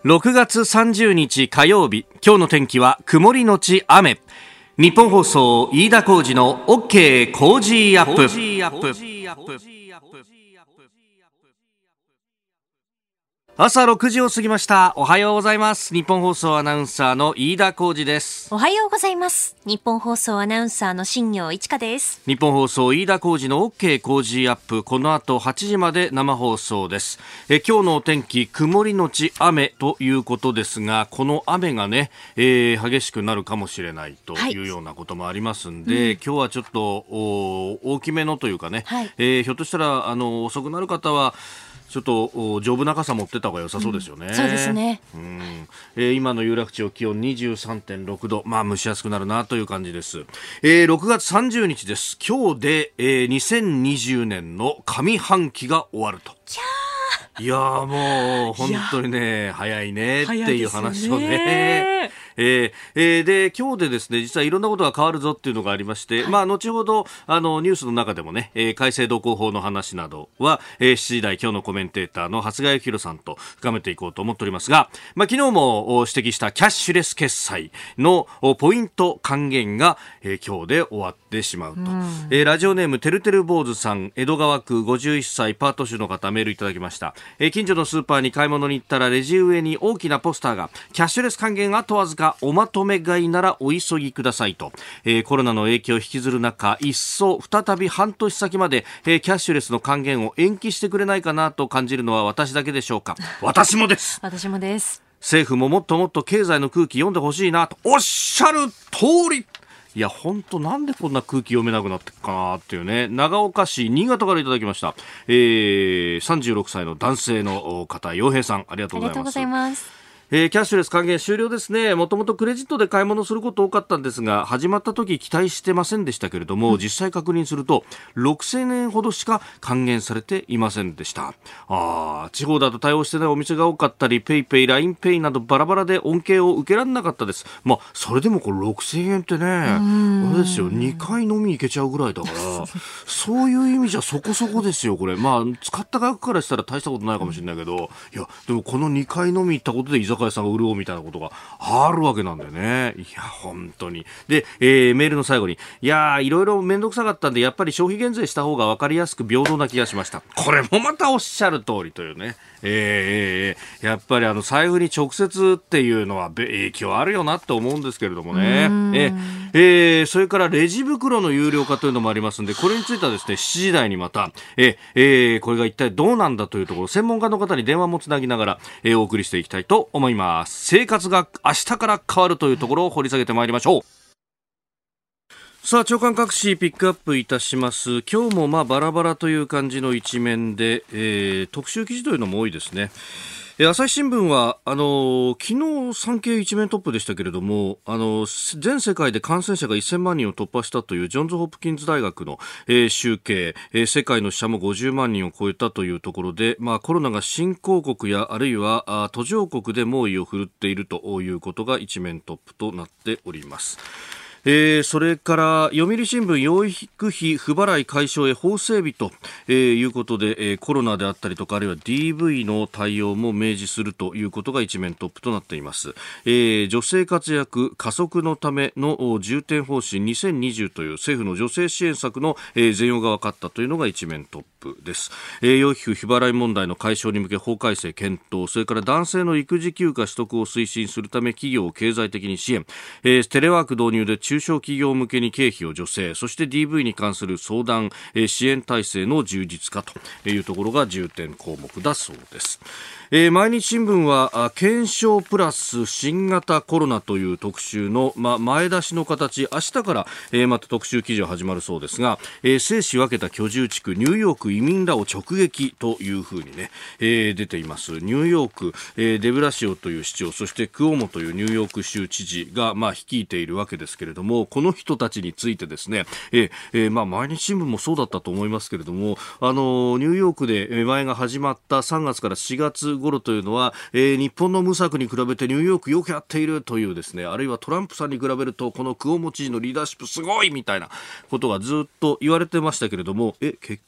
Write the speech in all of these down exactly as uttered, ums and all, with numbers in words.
ろくがつさんじゅうにち火曜日、今日の天気は曇りのち雨。日本放送飯田浩司の OK 工事アップ。朝ろくじを過ぎました。おはようございます。日本放送アナウンサーの飯田浩司です。 おはようございます。日本放送アナウンサーの新業一華です。 日本放送飯田浩司の OK 工事アップ、この後はちじまで生放送です。え今日のお天気、曇りのち雨ということですが、この雨がね、えー、激しくなるかもしれないというようなこともありますんで、はい、うん、今日はちょっと大きめのというかね、はい、えー、ひょっとしたらあの遅くなる方はちょっと丈夫な傘持ってた方が良さそうですよね、 うん、そうですね、 うん、えー、今の有楽町気温 にじゅうさんてんろくど、まあ蒸し暑くなるなという感じです。えー、ろくがつさんじゅうにちです。今日で、えー、にせんにじゅうねんの上半期が終わると。 キャー、 いやーもう本当にね早いねっていう話をね、えーえー、で今日でですね、実はいろんなことが変わるぞっていうのがありまして、はい、まあ後ほどあのニュースの中でもね、えー、改正道交法の話などは、えー、しちじ台今日のコメンテーターの長谷川幸宏さんと深めていこうと思っておりますが、まあ昨日も指摘したキャッシュレス決済のポイント還元が、えー、今日で終わってしまうと、うん、えー、ラジオネームてるてる坊主さん、江戸川区ごじゅういっさいパート主の方、メールいただきました。えー、近所のスーパーに買い物に行ったらレジ上に大きなポスターがキャッシュレス還元あとわずか、おまとめ買いならお急ぎくださいと、えー、コロナの影響を引きずる中、一層再び半年先まで、えー、キャッシュレスの還元を延期してくれないかなと感じるのは私だけでしょうか。私もです私もです。 政府ももっともっと経済の空気読んでほしいなとおっしゃる通り。いや本当なんでこんな空気読めなくなっていくかなっていうね。長岡市新潟からいただきました。えー、さんじゅうろくさいの男性の方、陽平さん、ありがとうございます。 ありがとうございます。 えー、キャッシュレス還元終了ですね。もともとクレジットで買い物すること多かったんですが、始まった時期待してませんでしたけれども、うん、実際確認するとろくせんえんほどしか還元されていませんでした。あ、地方だと対応してないお店が多かったり、ペイペイ、ラインペイなどバラバラで恩恵を受けられなかったです。まあそれでもこれろくせんえんってね、あれですよ、にかい飲み行けちゃうぐらいだからそういう意味じゃそこそこですよこれ。まあ使った額からしたら大したことないかもしれないけど、いやでもこのにかい飲み行ったことで居酒屋さんが潤うみたいなことがあるわけなんだよね。いや本当に。で、えー、メールの最後に、いやいろいろ面倒くさかったんでやっぱり消費減税した方が分かりやすく平等な気がしました。これもまたおっしゃる通りというね、えー、やっぱりあの財布に直接っていうのは影響あるよなって思うんですけれどもね。えーえー、それからレジ袋の有料化というのもありますので、これについてはですねしちじ台にまた、えーえー、これが一体どうなんだというところ、専門家の方に電話もつなぎながら、えー、お送りしていきたいと思います。生活が明日から変わるというところを掘り下げてまいりましょう。さあ朝刊各紙ピックアップいたします。今日もまあバラバラという感じの一面で、えー、特集記事というのも多いですね。朝日新聞はあの昨日産経一面トップでしたけれども、あの全世界で感染者がせんまんにんを突破したというジョンズ・ホプキンズ大学の、えー、集計、えー、世界の死者もごじゅうまんにんを超えたというところで、まあ、コロナが新興国やあるいはあ途上国で猛威を振るっているということが一面トップとなっております。えー、それから読売新聞、養育費不払い解消へ法整備と、えー、いうことで、えー、コロナであったりとかあるいは ディーブイ の対応も明示するということが一面トップとなっています。えー、女性活躍加速のための重点方針にせんにじゅうという政府の女性支援策の、えー、全容が分かったというのが一面トップです。えー、養育費不払い問題の解消に向け法改正検討、それから男性の育児休暇取得を推進するため企業を経済的に支援、えー、テレワーク導入で中小企業向けに経費を助成、そして ディーブイ に関する相談、えー、支援体制の充実化というところが重点項目だそうです。えー、毎日新聞は検証プラス新型コロナという特集の、ま、前出しの形、明日から、えー、また特集記事が始まるそうですが、えー、生死分けた居住地区ニューヨーク移民らを直撃というふうにね、えー、出ています。ニューヨーク、えー、デブラシオという市長、そしてクオモというニューヨーク州知事が、まあ、率いているわけですけれども、この人たちについてですね、えーえーまあ、毎日新聞もそうだったと思いますけれども、あのニューヨークで前が始まったさんがつからしがつ頃というのは、えー、日本の無策に比べてニューヨークよくやっているというですね、あるいはトランプさんに比べるとこのクオモ知事のリーダーシップすごいみたいなことがずっと言われてましたけれども、え結局こうい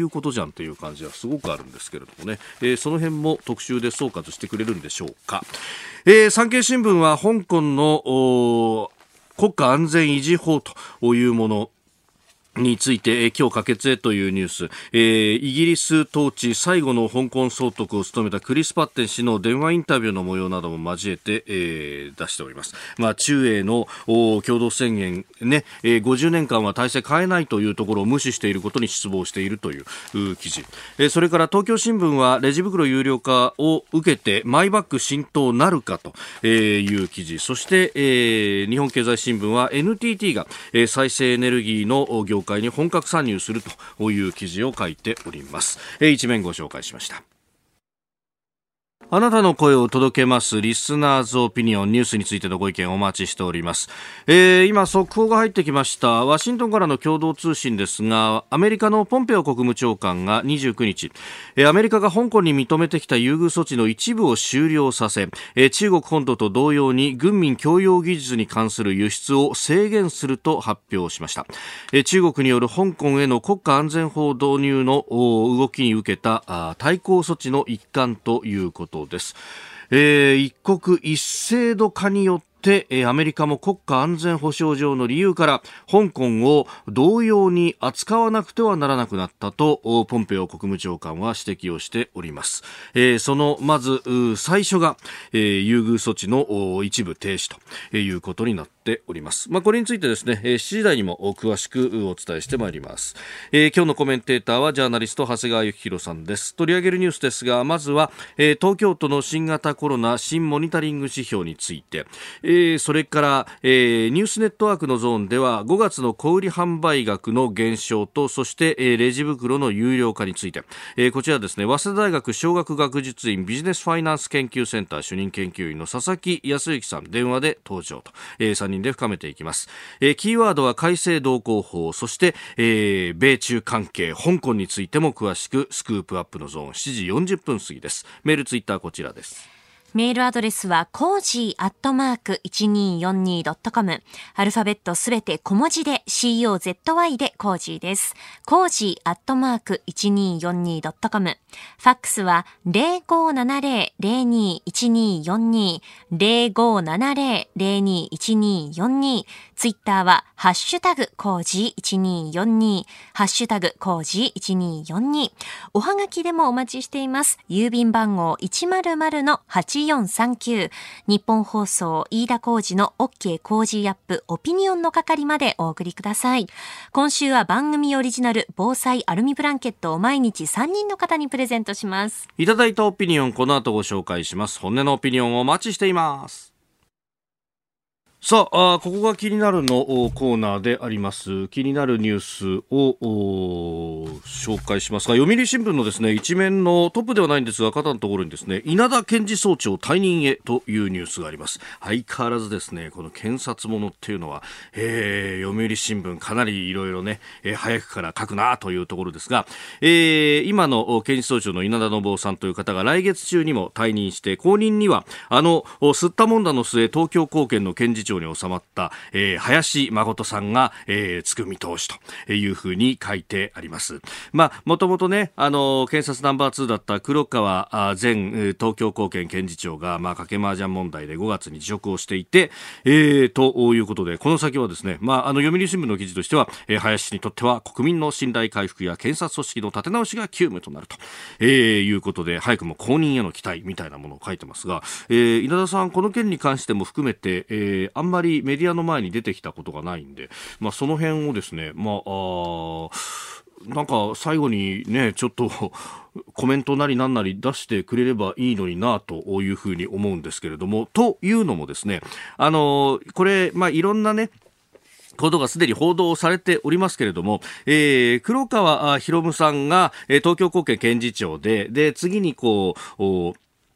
いうことじゃんという感じはすごくあるんですけれどもね、えー、その辺も特集で総括してくれるんでしょうか。えー、産経新聞は香港の国家安全維持法というものについて、今日可決へというニュース、えー、イギリス統治最後の香港総督を務めたクリス・パッテン氏の電話インタビューの模様なども交えて、えー、出しております。まあ、中英の共同宣言ね、えー、ごじゅうねんかんは体制変えないというところを無視していることに失望しているという記事、えー、それから東京新聞はレジ袋有料化を受けてマイバッグ浸透なるかという記事、そして、えー、日本経済新聞は エヌティーティー が、えー、再生エネルギーの業界に本格参入するという記事を書いております。一面ご紹介しました。あなたの声を届けますリスナーズオピニオン、ニュースについてのご意見お待ちしております。えー、今速報が入ってきました。ワシントンからの共同通信ですが、アメリカのポンペオ国務長官がにじゅうくにち、アメリカが香港に認めてきた優遇措置の一部を終了させ、中国本土と同様に軍民共用技術に関する輸出を制限すると発表しました。中国による香港への国家安全法導入の動きに受けた対抗措置の一環ということです。えー、一国一制度化によってアメリカも国家安全保障上の理由から香港を同様に扱わなくてはならなくなったとポンペオ国務長官は指摘をしております。えー、そのまず最初が、えー、優遇措置の一部停止ということになっております。まあ、これについてですね、しちじ台にも詳しくお伝えしてまいります。えー、今日のコメンテーターはジャーナリスト長谷川幸宏さんです。取り上げるニュースですが、まずは、えー、東京都の新型コロナ新モニタリング指標について、えーそれから、えー、ニュースネットワークのゾーンではごがつの小売販売額の減少と、そして、えー、レジ袋の有料化について、えー、こちらですね、早稲田大学商学学術院ビジネスファイナンス研究センター主任研究員の佐々木康之さん電話で登場と、えー、さんにんで深めていきます。えー、キーワードは改正道交法、そして、えー、米中関係、香港についても詳しくスクープアップのゾーンしちじよんじゅっぷん過ぎです。メールツイッターこちらです。 メールアドレスはコージーアットマーク いちにーよんにードットコム。アルファベットすべて小文字で コー でコージーです。コージーアットマーク いちにーよんにードットコム。ファックスは ゼロごーななゼロ ゼロにーいちにーよんにー ゼロごーななゼロ ゼロにーいちにーよんにー。ツイッターはハッシュタグコージーいちにーよんにー、ハッシュタグコージーいちにーよんにー。おはがきでもお待ちしています。郵便番号 いちまるまるのはちよんさんきゅう、日本放送飯田浩司の OK コージーアップオピニオンの係までお送りください。今週は番組オリジナル防災アルミブランケットを毎日さんにんの方にプレゼントします。 いただいたオピニオン、この後ご紹介します。本音のオピニオンをお待ちしています。さあ、あここが気になるのコーナーであります。気になるニュースを紹介しますが、読売新聞のですね、一面のトップではないんですが、肩のところにですね、稲田検事総長退任へというニュースがあります。相変わらずですね、この検察ものっていうのは、えー、読売新聞かなりいろいろね、えー、早くから書くなというところですが、えー、今の検事総長の稲田信夫さんという方が来月中にも退任して、後任には、あの、吸ったもんだの末、東京高検の検事長に収まった、えー、林真琴さんが、えー、つく見通しというふうに書いてあります。まあ、もともとね、あの、検察ナンバーツーだった黒川前東京高検検事長が、まあ、賭け麻雀問題でごがつに辞職をしていて、えー、ということで、この先はですね、まあ、あの、読売新聞の記事としては、えー、林氏にとっては国民の信頼回復や検察組織の立て直しが急務となると、えー、いうことで、早くも後任への期待みたいなものを書いてますが、えー、稲田さん、この件に関しても含めて、えー、あんまりメディアの前に出てきたことがないんで、まあ、その辺をですね、まあ、あなんか最後にね、ちょっとコメントなりなんなり出してくれればいいのになというふうに思うんですけれども、というのもですね、あのこれ、まあ、いろんなねことがすでに報道されておりますけれども、えー、黒川博文さんが、えー、東京高検検事長で、で、次にこう、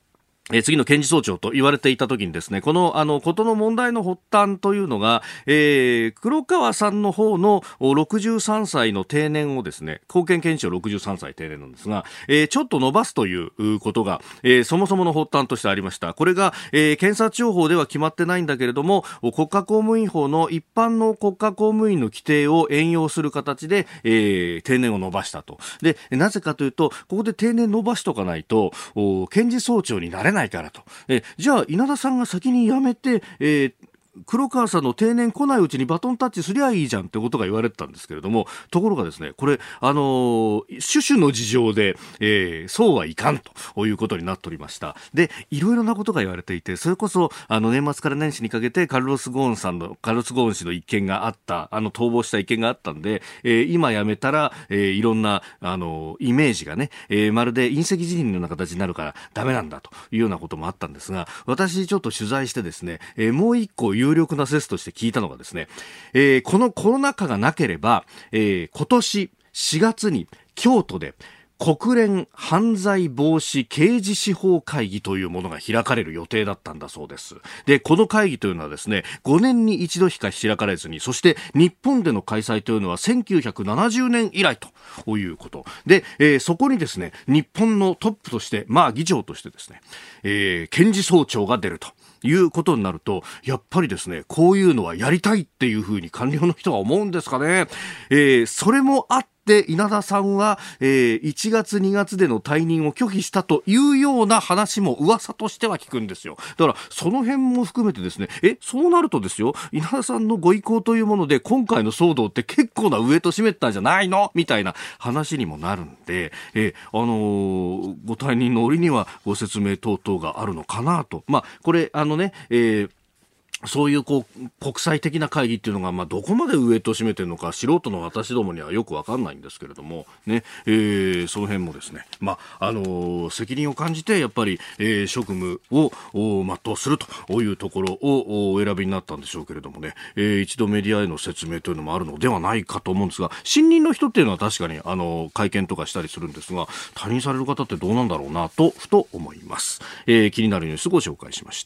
えー、次の検事総長と言われていた時にですね、この、あの、ことの問題の発端というのが、えー、黒川さんの方のろくじゅうさんさいの定年をですね、高検検事長ろくじゅうさんさい定年なんですが、えー、ちょっと伸ばすということが、えー、そもそもの発端としてありました。これが、えー、検察庁法では決まってないんだけれども、国家公務員法の一般の国家公務員の規定を援用する形で、えー、定年を伸ばしたと。で、なぜかというと、ここで定年伸ばしとかないと、検事総長になれないないからと。えじゃあ稲田さんが先に辞めて、えー黒川さんの定年来ないうちにバトンタッチすりゃいいじゃんってことが言われてたんですけれども、ところがですね、これ、あのー、種々の事情で、えー、そうはいかんということになっておりました。で、いろいろなことが言われていて、それこそ、あの、年末から年始にかけてカルロス・ゴーンさんの、カルロス・ゴーン氏の一件があった、あの、逃亡した一件があったんで、えー、今辞めたら、えー、いろんな、あのー、イメージがね、えー、まるで隕石辞任のような形になるからダメなんだというようなこともあったんですが、私ちょっと取材してですね、えー、もう一個有力な説として聞いたのがですね、えー、このコロナ禍がなければ、えー、今年しがつに京都で国連犯罪防止刑事司法会議というものが開かれる予定だったんだそうです。で、この会議というのはですね、ごねんに一度しか開かれずに、そして日本での開催というのはせんきゅうひゃくななじゅうねん以来ということで、えー、そこにですね、日本のトップとして、まあ議長としてですね、えー、検事総長が出るということになると、やっぱりですね、こういうのはやりたいっていうふうに官僚の人は思うんですかね。えー、それもあってで稲田さんは、えー、いちがつにがつでの退任を拒否したというような話も噂としては聞くんですよ。だからその辺も含めてですね、えそうなるとですよ、稲田さんのご意向というもので今回の騒動って結構なウエイト占めてたんじゃないのみたいな話にもなるんで、えー、あのー、ご退任の折にはご説明等々があるのかなと。まあこれあのね、えーそういうこう国際的な会議っていうのがまあどこまでウエイトを占めてるのか素人の私どもにはよく分かんないんですけれどもね、えー、その辺もですね、まああのー、責任を感じてやっぱり、えー、職務を全うするというところをお選びになったんでしょうけれどもね、えー、一度メディアへの説明というのもあるのではないかと思うんですが、新任の人っていうのは確かにあの会見とかしたりするんですが、退任される方ってどうなんだろうなとふと思います。えー、気になるニュースをご紹介しました。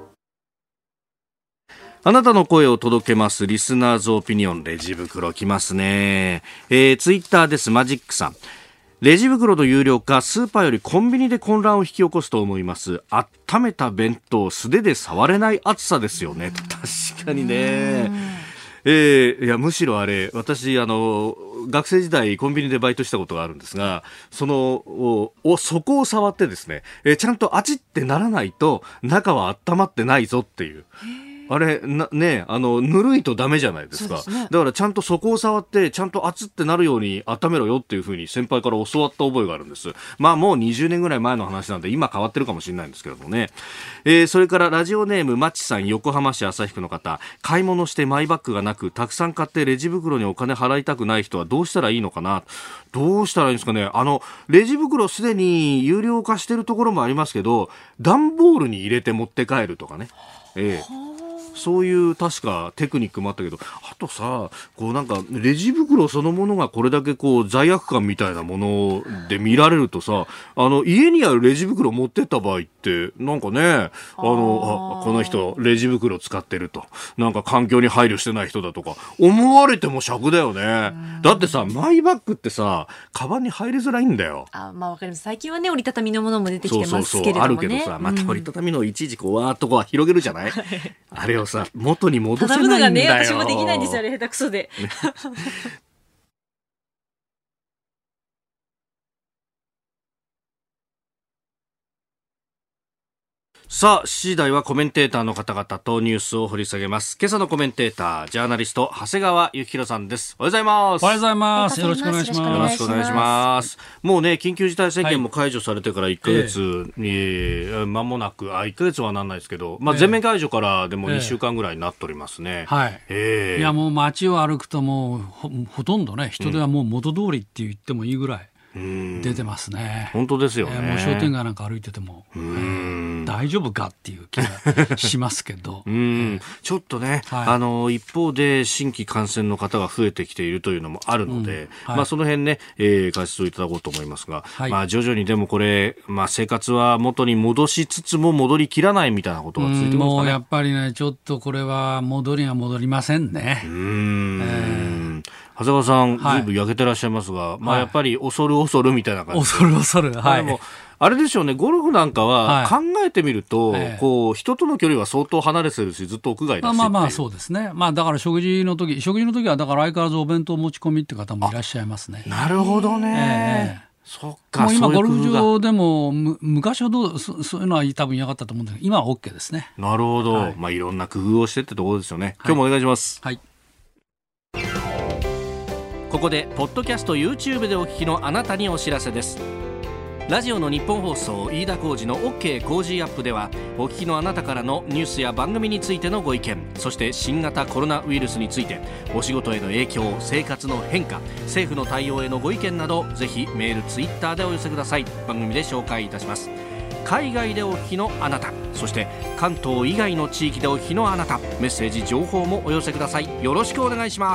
あなたの声を届けますリスナーズオピニオン。レジ袋来ますね。えー、ツイッターです。マジックさん、レジ袋の有料化、スーパーよりコンビニで混乱を引き起こすと思います。温めた弁当、素手で触れない暑さですよね。確かにね。えー、いやむしろあれ、私あの学生時代コンビニでバイトしたことがあるんですが、そのおおそこを触ってですね、えー、ちゃんとあちってならないと中は温まってないぞっていう。あれなね、あのぬるいとダメじゃないですか。そうですね。だからちゃんとそこを触ってちゃんと熱ってなるように温めろよっていう風に先輩から教わった覚えがあるんです。まあもうにじゅうねんぐらい前の話なんで今変わってるかもしれないんですけれどもね。えー、それからラジオネームマッチさん、横浜市旭区の方、買い物してマイバッグがなくたくさん買ってレジ袋にお金払いたくない人はどうしたらいいのかな。どうしたらいいんですかね。あのレジ袋すでに有料化してるところもありますけど、段ボールに入れて持って帰るとかね。えーそういう確かテクニックもあったけど、あとさ、こうなんかレジ袋そのものがこれだけこう罪悪感みたいなもので見られるとさ、あの家にあるレジ袋持ってった場合ってなんかね、あのあこの人レジ袋使ってると、なんか環境に配慮してない人だとか思われても尺だよね。だってさ、マイバッグってさ、カバンに入りづらいんだよ。 あ、まあわかります。最近はね折りたたみのものも出てきてますけれどもね。そうそうそう、あるけどさ、また折りたたみのいちいちこうわーっとこう広げるじゃない。あれをさ元に戻せないんだよ。畳むのがね、私もできないんですよ、あれ下手くそで。さあ、しちじ台はコメンテーターの方々とニュースを掘り下げます。今朝のコメンテーター、ジャーナリスト長谷川幸宏さんです。おはようございます。 おはようございます。よろしくお願いします。 よろしくお願いします。もうね、緊急事態宣言も解除されてからいっかげつに、えー、間もなく、あ、いっかげつはなんないですけど、まあ、全面解除からでもにしゅうかんぐらいになっておりますね。 えー、はい。えー、いや、もう街を歩くともう ほ, ほとんどね、人出はもう元通りって言ってもいいぐらい、 出てますね。 本当ですよね。 えー、もう商店街なんか歩いてても、えー、大丈夫かっていう気がしますけど、 うん、ちょっとね、はい、あの一方で新規感染の方が増えてきているというのもあるので、うん、はい、まあ、その辺ね、えー、解説をいただこうと思いますが、はい、まあ、徐々にでもこれ、まあ、生活は元に戻しつつも戻りきらないみたいなことが続いてますかね。 もうやっぱりね、ちょっとこれは戻りは戻りませんね。 うーん、えー、長谷川さん、はい、ずいぶん焼けてらっしゃいますが、まあ、やっぱり恐る恐るみたいな感じで、 恐る恐る、はい、 でもあれでしょうね、ゴルフなんかは考えてみると、はい、こう人との距離は相当離れてるし、ずっと屋外だし、 まあまあそうですね、まあ、だから食事の時食事の時はだから相変わらずお弁当持ち込みって方もいらっしゃいますね。 なるほどね、えーそっか、 もう今ゴルフ場でも昔はどう そ, そういうのは多分嫌がったと思うんだけど、今は OK ですね。 なるほど、はい、まあ、いろんな工夫をしてってところですよね。今日もお願いします。 はい、 ここでポッドキャスト YouTube でお聞きのあなたにお知らせです。ラジオの日本放送飯田浩司の OK 工事アップでは、お聞きのあなたからのニュースや番組についてのご意見、そして新型コロナウイルスについて、お仕事への影響、生活の変化、政府の対応へのご意見など、ぜひメール、ツイッターでお寄せください。番組で紹介いたします。海外でお聞きのあなた、そして関東以外の地域でお聞きのあなた、メッセージ情報もお寄せください。よろしくお願いします。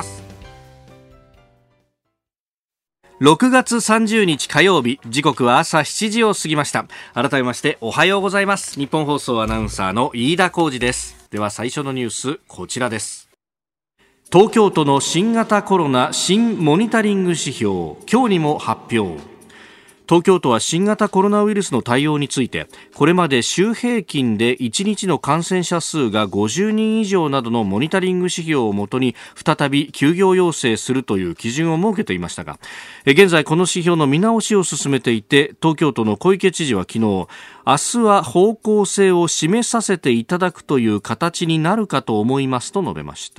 ろくがつさんじゅうにち火曜日、時刻は朝しちじを過ぎました。改めましておはようございます。日本放送アナウンサーの飯田浩司です。では最初のニュース、こちらです。東京都の新型コロナ新モニタリング指標、今日にも発表。東京都は新型コロナウイルスの対応について、これまで週平均でいちにちの感染者数がごじゅうにん以上などのモニタリング指標をもとに再び休業要請するという基準を設けていましたが、現在この指標の見直しを進めていて、東京都の小池知事は昨日、明日は方向性を示させていただくという形になるかと思いますと述べました。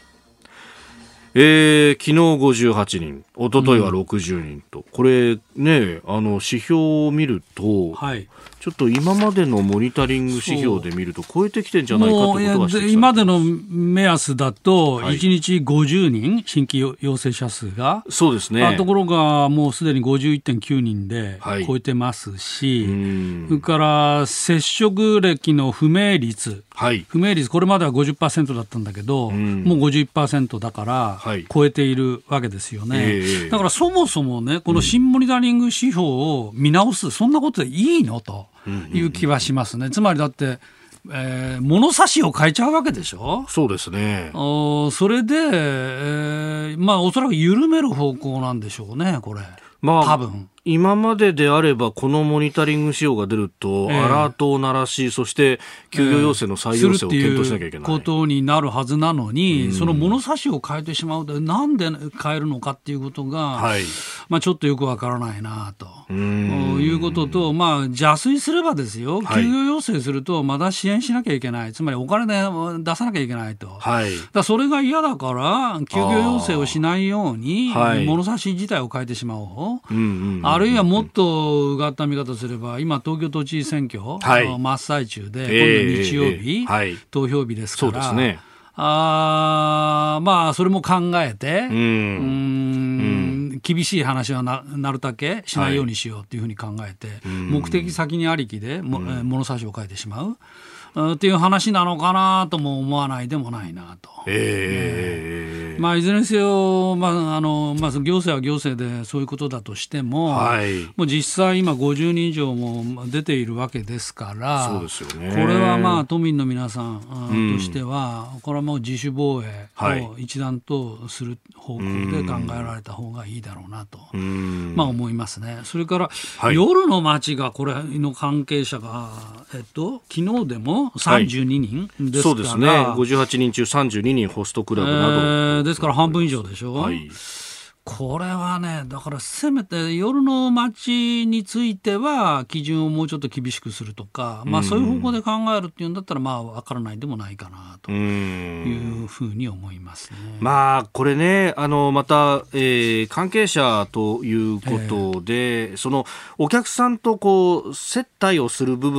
えー、昨日ごじゅうはちにん、一昨日はろくじゅうにんと、うん、これね、あの指標を見ると、はい、ちょっと今までのモニタリング指標で見ると超えてきてんじゃないかということが指摘されています。 今までの目安だといちにちごじゅうにん、はい、新規陽性者数が、 そうですね、 ところがもうすでに ごじゅういってんきゅうにんで超えてますし、はい、それから接触歴の不明率、はい、不明率これまでは ごじゅっパーセント だったんだけど、もう ごじゅういちパーセント だから超えているわけですよね、はい、えー、だからそもそもね、この新モニタリング指標を見直す、そんなことでいいのという気はしますね。つまりだって、えー、物差しを変えちゃうわけでしょ。 そうですね。 おそれで、えー、まあおそらく緩める方向なんでしょうね、これ。まあ、多分今までであればこのモニタリング指標が出ると、えー、アラートを鳴らし、そして休業要請の再要請を検討しなきゃいけない、えー、 ことになるはずなのに、うん、その物差しを変えてしまうと、なんで変えるのかっていうことが、はい、まあ、ちょっとよくわからないなということと、まあ、邪推すればですよ、休業要請するとまだ支援しなきゃいけない、つまりお金で出さなきゃいけないと、はい、だそれが嫌だから休業要請をしないように、はい、物差し自体を変えてしまおう、うんうんうん、あるいはもっとうがった見方すれば、今東京都知事選挙、はい、真っ最中で、今度日曜日、えーはい、投票日ですから、そうですね、あまあそれも考えて、うん、うーん厳しい話は な, なるだけしないようにしようというふうに考えて、はい、目的先にありきでも、うん、物差しを変えてしまうっていう話なのかなとも思わないでもないなと、えーまあ、いずれにせよ、まああのまあ、行政は行政でそういうことだとしても、はい、もう実際今ごじゅうにん以上も出ているわけですから、そうですよね、これはまあ都民の皆さん、うん、としてはこれはもう自主防衛を一段とする方向で考えられた方がいいだろうなと、まあ、思いますね。それから、はい、夜の街がこれの関係者が、えっと、昨日でもさんじゅうににんですから、はい、そうですね、 ごじゅうはちにん中さんじゅうににんホストクラブなど、えー、ですから半分以上でしょ、はい、これはね、だからせめて夜の街については基準をもうちょっと厳しくするとか、まあ、そういう方向で考えるっていうんだったら、まあ分からないでもないかなというふうに思いますね。 まあこれね、あのまた、えー、関係者ということで、えー、そのお客さんとこう接待をする部分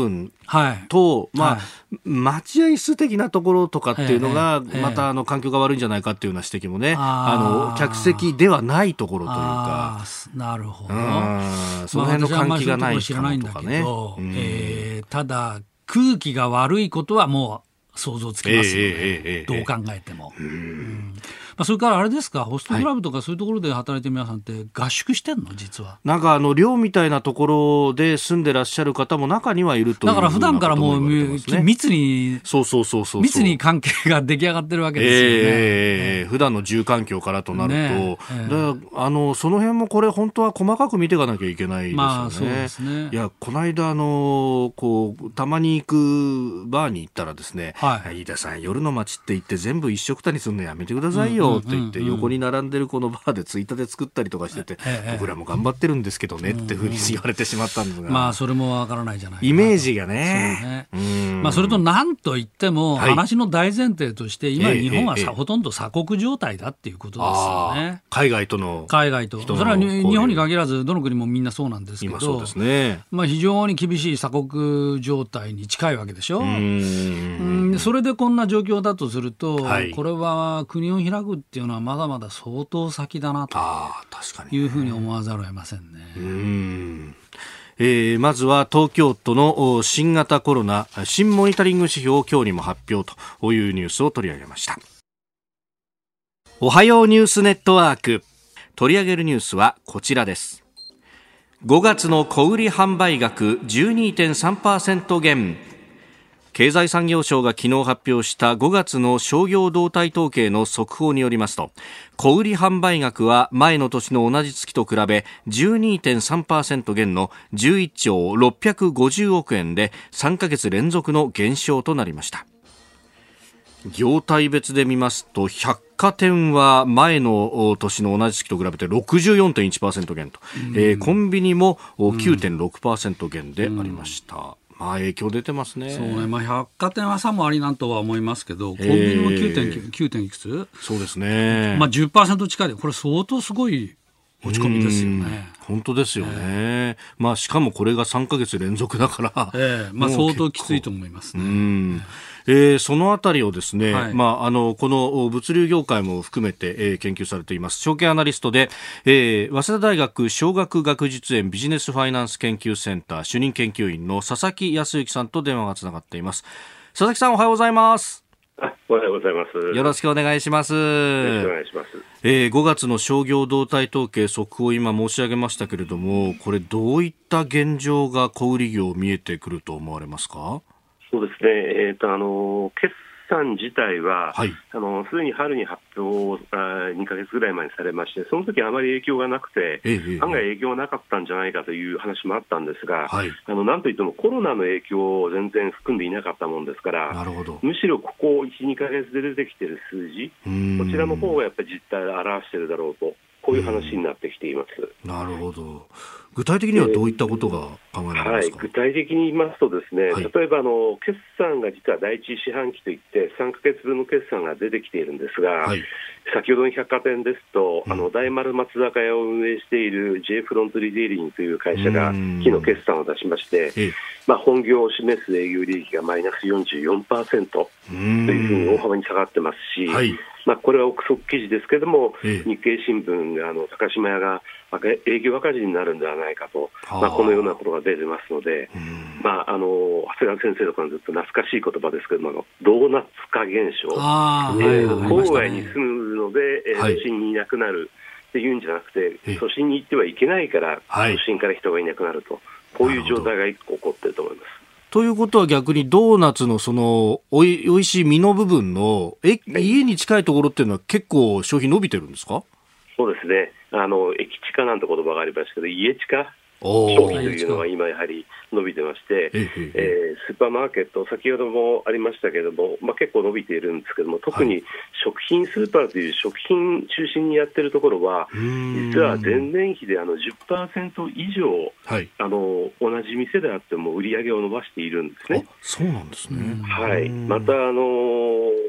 はい、 と、まあ、はい、待合室的なところとかっていうのが、ええええ、またあの環境が悪いんじゃないかっていうような指摘もね、あの客席ではないところというか、 なるほど、 その辺の換気がないかもとかね、まあ、 えー、ただ空気が悪いことはもう想像つきますよね、えーえーえー、どう考えても、うんうんまあ、それからあれですか、ホストクラブとかそういうところで働いてる皆さんって合宿してんの実は。 なんかあの寮みたいなところで住んでらっしゃる方も中にはいるという、 だから普段からもう密にそうそうそうそう密に関係が出来上がってるわけですよね、 えーえー、普段の住環境からとなると、ねえー、だあのその辺もこれ本当は細かく見ていかなきゃいけないですよね。 まあそうですね。 いやこの間あのこうたまに行くバーに行ったらですね、はい、飯田さん夜の街って言って全部一緒くたにするのやめてくださいよって言って、うんうんうんうん、横に並んでるこのバーでツイッターで作ったりとかしてて、ええ、僕らも頑張ってるんですけどねっていうふうに言われてしまったんですが、 まあそれもわからないじゃないかなと。 イメージがね、 そうね、うんまあ、それと何といっても話の大前提として今日本はさ、ええええ、ほとんど鎖国状態だっていうことですよね。 海外との海外とそれは日本に限らずどの国もみんなそうなんですけど、 今そうですね、 まあ、非常に厳しい鎖国状態に近いわけでしょ。うんうんそれでこんな状況だとすると、はい、これは国を開くっていうのはまだまだ相当先だなというふうに思わざるを得ませんね。 うんえー、まずは東京都の新型コロナ新モニタリング指標を今日にも発表というニュースを取り上げました。おはようニュースネットワーク、取り上げるニュースはこちらです。ごがつの小売販売額 じゅうにてんさんパーセント 減。経済産業省が昨日発表したごがつの商業動態統計の速報によりますと、小売販売額は前の年の同じ月と比べ じゅうにてんさんパーセント 減のじゅういっちょうろっぴゃくごじゅうおくえんでさんかげつ連続の減少となりました。業態別で見ますと、百貨店は前の年の同じ月と比べて ろくじゅうよんてんいちパーセント 減と、えー、コンビニも きゅうてんろくパーセント 減でありました。まあ、影響出てますね。 そうね、まあ、百貨店はさもありなんとは思いますけど、コンビニも きゅうてんきゅう 点いくつ、 そうですね、 まあ、じゅっパーセント 近いで、これ相当すごい落ち込みですよね。 本当ですよね、えーまあ、しかもこれがさんかげつ連続だから、 えーまあ、相当きついと思いますね。 うんえー、そのあたりをですね、はいまあ、あのこの物流業界も含めて、えー、研究されています証券アナリストで、えー、早稲田大学商学学術園ビジネスファイナンス研究センター主任研究員の佐々木康之さんと電話がつながっています。佐々木さん、おはようございます。 あ、おはようございます。 よろしくお願いします。よろしくお願いします。 えー、ごがつの商業動態統計速報を今申し上げましたけれども、これどういった現状が小売業見えてくると思われますか？ そうですね、えーとあの決算自体は、はい、あのすでに春に発表あにかげつぐらい前にされまして、その時あまり影響がなくて、ええ、案外影響がなかったんじゃないかという話もあったんですが、はい、あのなんといってもコロナの影響を全然含んでいなかったもんですから、なるほど、むしろここいち、にかげつで出てきている数字、こちらの方がやっぱり実態を表しているだろうと、こういう話になってきています。 なるほど。具体的にはどういったことが考えられますか？ はい、具体的に言いますとですね、はい、例えばあの決算が実は第一四半期といってさんかげつぶんの決算が出てきているんですが、はい、先ほどの百貨店ですと、うん、あの大丸松坂屋を運営している J フロントリテイリングという会社が昨日決算を出しまして、まあ、本業を示す営業利益がマイナス よんじゅうよんパーセント というふうに大幅に下がってますし、はい、まあ、これは憶測記事ですけれども、ええ、日経新聞があの高島屋が営業赤字になるんではないかと、まあ、このようなことが出てますので、まあ、あの長谷川先生とかのずっと懐かしい言葉ですけども、ドーナツ化現象、えー、郊外に住むので、えーはい、都心にいなくなるっていうんじゃなくて、都心に行ってはいけないから、はい、都心から人がいなくなると、こういう状態が一個起こっていると思います。 ということは逆にドーナツのそのおい、おいしい実の部分のえ、はい、家に近いところっていうのは結構消費伸びてるんですか？ そうですね、あの駅地下なんて言葉がありましたけど、家地下消費というのが今やはり伸びてまして、ええー、スーパーマーケット、先ほどもありましたけれども、まあ、結構伸びているんですけども、特に食品スーパーという食品中心にやってるところは、実は前年比であの じゅっパーセント 以上、はい、あの同じ店であっても売り上げを伸ばしているんですね。 あ、そうなんですね。 はい、またあの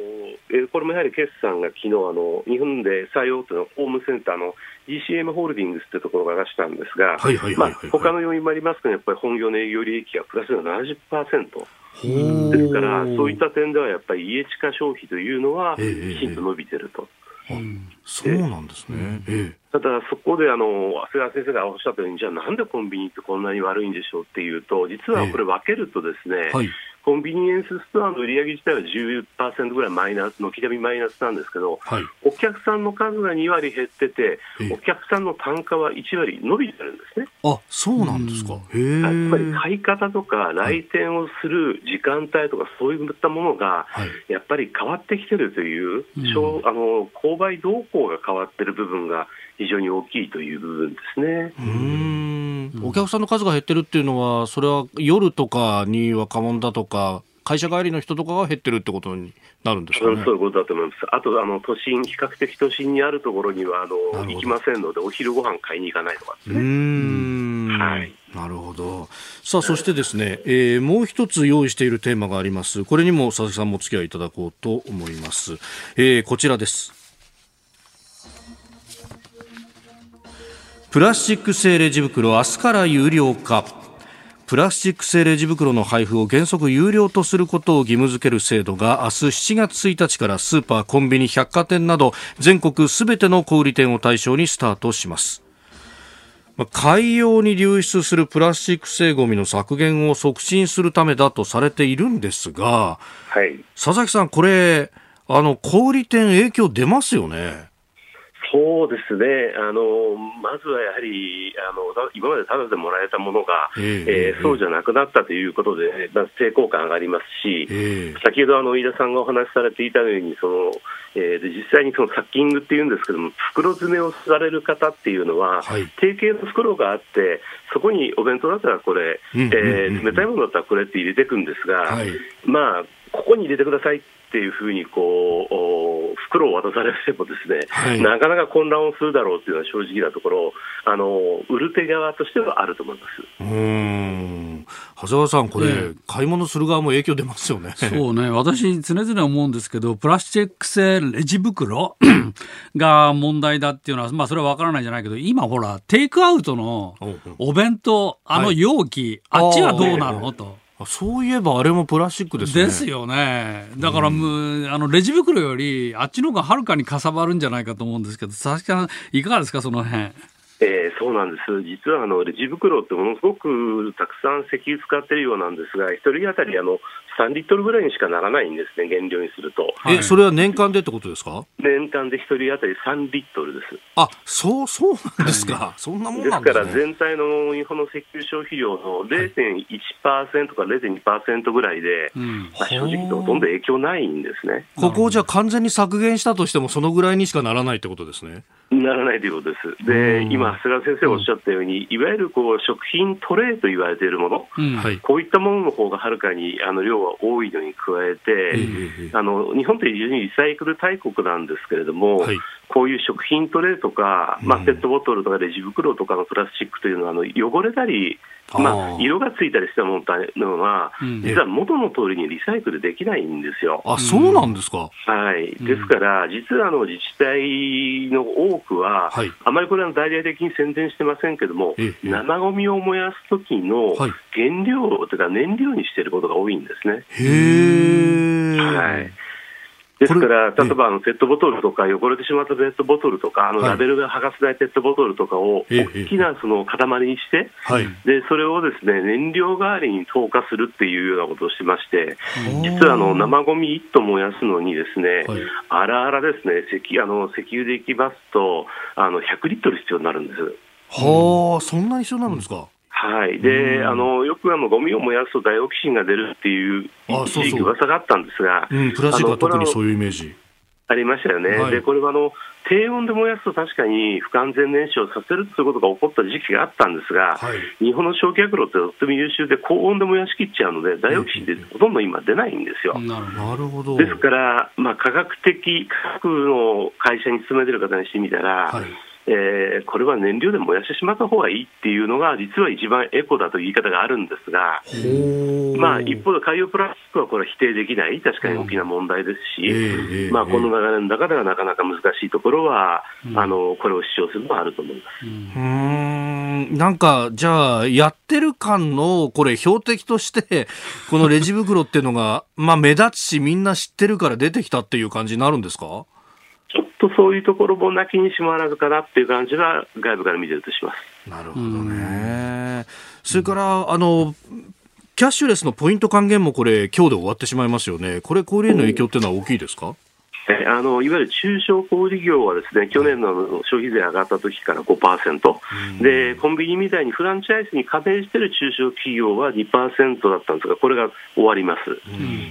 ー、これもやはり決算が昨日あの日本で最大手のホームセンターの ジーシーエム ホールディングスというところが出したんですが、他の要因もありますが、やっぱり本業の営業利益がプラスの ななじゅっパーセント ですから、そういった点ではやっぱり家地下消費というのはきちんと伸びていると。 うん、そうなんですね。ええ、 ただそこであの長谷川先生がおっしゃったように、じゃあなんでコンビニってこんなに悪いんでしょうっていうと、実はこれ分けるとですね、ええ、はい、コンビニエンスストアの売り上げ自体は じゅっパーセント ぐらいマイナスの、軒並みマイナスなんですけど、はい、お客さんの数がにわり減ってて、お客さんの単価はいちわり伸びてるんですね。 あ、そうなんですか。へー。 やっぱり買い方とか来店をする時間帯とかそういったものがやっぱり変わってきてるという、うん、あの購買動向が変わってる部分が非常に大きいという部分ですね。 うーん、お客さんの数が減ってるっていうのは、それは夜とかに若者だとか会社帰りの人とかが減ってるってことになるんですかね。 そういうことだと思います。あとあの都心、比較的都心にあるところにはあの行きませんので、お昼ご飯買いに行かないとかですね。 うーん、はい、なるほど。さあ、そしてですね、えー、もう一つ用意しているテーマがあります。これにも佐々木さんもお付き合いいただこうと思います。えー、こちらです。プラスチック製レジ袋、明日から有料化。プラスチック製レジ袋の配布を原則有料とすることを義務付ける制度が明日しちがつついたちからスーパー、コンビニ、百貨店など全国すべての小売店を対象にスタートします。海洋に流出するプラスチック製ゴミの削減を促進するためだとされているんですが、はい、佐々木さん、これあの小売店影響出ますよね。 そうですね、あのまずはやはりあの今までタダでもらえたものが、えーえー、そうじゃなくなったということで、まず抵抗感がありますし、えー、先ほどあの飯田さんがお話しされていたようにその、えー、で実際にそのサッキングっていうんですけども、袋詰めをされる方っていうのは、はい、定型の袋があって、そこにお弁当だったらこれ、うんうんうんえー、冷たいものだったらこれって入れていくんですが、はい、まあここに入れてくださいっていうふうにこう袋を渡されてもですね、はい、なかなか混乱をするだろうというのは正直なところ、あの売る手側としてはあると思います。 うーん、長谷川さん、これ、ね、買い物する側も影響出ますよね。 そうね、私常々思うんですけど、プラスチック製レジ袋が問題だっていうのは、まあそれは分からないじゃないけど、今ほらテイクアウトのお弁当、あの容器、はい、あっちはどうなのと。 そういえばあれもプラスチックですね。 ですよね。だから、うん、あのレジ袋よりあっちの方がはるかにかさばるんじゃないかと思うんですけど、佐々木さんいかがですか、その辺。 えー、そうなんです。実はあのレジ袋ってものすごくたくさん石油使ってるようなんですが、一人当たりあのさんリットルぐらいにしかならないんですね、原料にすると。 え、それは年間でってことですか？ 年間で一人当たりさんリットルです。 あ、そうそうなんですか。そんなもんなんですね。 ですから全体の日本の石油消費量の ゼロてんいちパーセント か ゼロてんにパーセント ぐらいで、うん、まあ、正直ほとんど影響ないんですね。 ここをじゃあ完全に削減したとしてもそのぐらいにしかならないってことですね。 ならないということです。で、今長谷川先生がおっしゃったように、いわゆるこう食品トレイと言われているもの、うん、こういったものの方がはるかにあの量は多いのに加えて、あの日本って非常にリサイクル大国なんですけれども、はい、こういう食品トレイとか、まあ、ペットボトルとかレジ袋とかのプラスチックというのはあの汚れたり、まあ、色がついたりしたものというのは、うん、実は元の通りにリサイクルできないんですよ。 あ、そうなんですか。 はい、ですから実はあの自治体の多くは、はい、あまりこれは大々的に宣伝してませんけども、生ゴミを燃やす時の原料というか燃料にしていることが多いんですね。 へー、 はい、ですから、例えばあのペットボトルとか汚れてしまったペットボトルとか、あのラベルが剥がせないペットボトルとかを大きなその塊にして、でそれをですね燃料代わりに投下するっていうようなことをしてまして、実はあの生ゴミいちトン燃やすのにですね、あらあらですね、石あの石油でいきますとあのひゃくリットル必要になるんです。 はあ、そんなに必要になるんですか。 はい、であのよくあのゴミを燃やすとダイオキシンが出るっていう一時期噂があったんですが、 うん、プラスチックは特にそういうイメージありましたよね。はい、でこれはあの低温で燃やすと確かに不完全燃焼させるということが起こった時期があったんですが、はい、日本の焼却炉ってとっても優秀で高温で燃やしきっちゃうのでダイオキシンってほとんど今出ないんですよ。 なるほど。 ですから、まあ、科学的科学の会社に勤めている方にしてみたら、はい、 えー、これは燃料で燃やしてしまった方がいいっていうのが実は一番エコだという言い方があるんですが、まあ、一方で海洋プラスチックはこれは否定できない、確かに大きな問題ですし、うんまあ、この流れの中ではなかなか難しいところは、うん、あのこれを主張するのはあると思います。 うーんなんかじゃあやってる感のこれ標的としてこのレジ袋っていうのがまあ目立つしみんな知ってるから出てきたっていう感じになるんですか？ ちょっとそういうところもなきにしもあらずかなっていう感じは外部から見てるとします。 なるほどね。それからあのキャッシュレスのポイント還元もこれ今日で終わってしまいますよね。これ小売への影響っていうのは大きいですか？ あのいわゆる中小小売業はですね、去年の消費税上がった時から ごパーセント、うん、でコンビニみたいにフランチャイズに加盟している中小企業は にパーセントだったんですが、これが終わります、うん、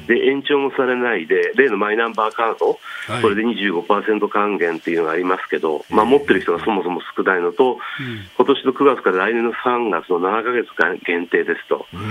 で延長もされないで、例のマイナンバーカード、はい、これで にじゅうごパーセント 還元っていうのがありますけど、まあ、持ってる人がそもそも少ないのと、うん、今年のくがつから来年のさんがつのななかげつかん限定ですと、うん、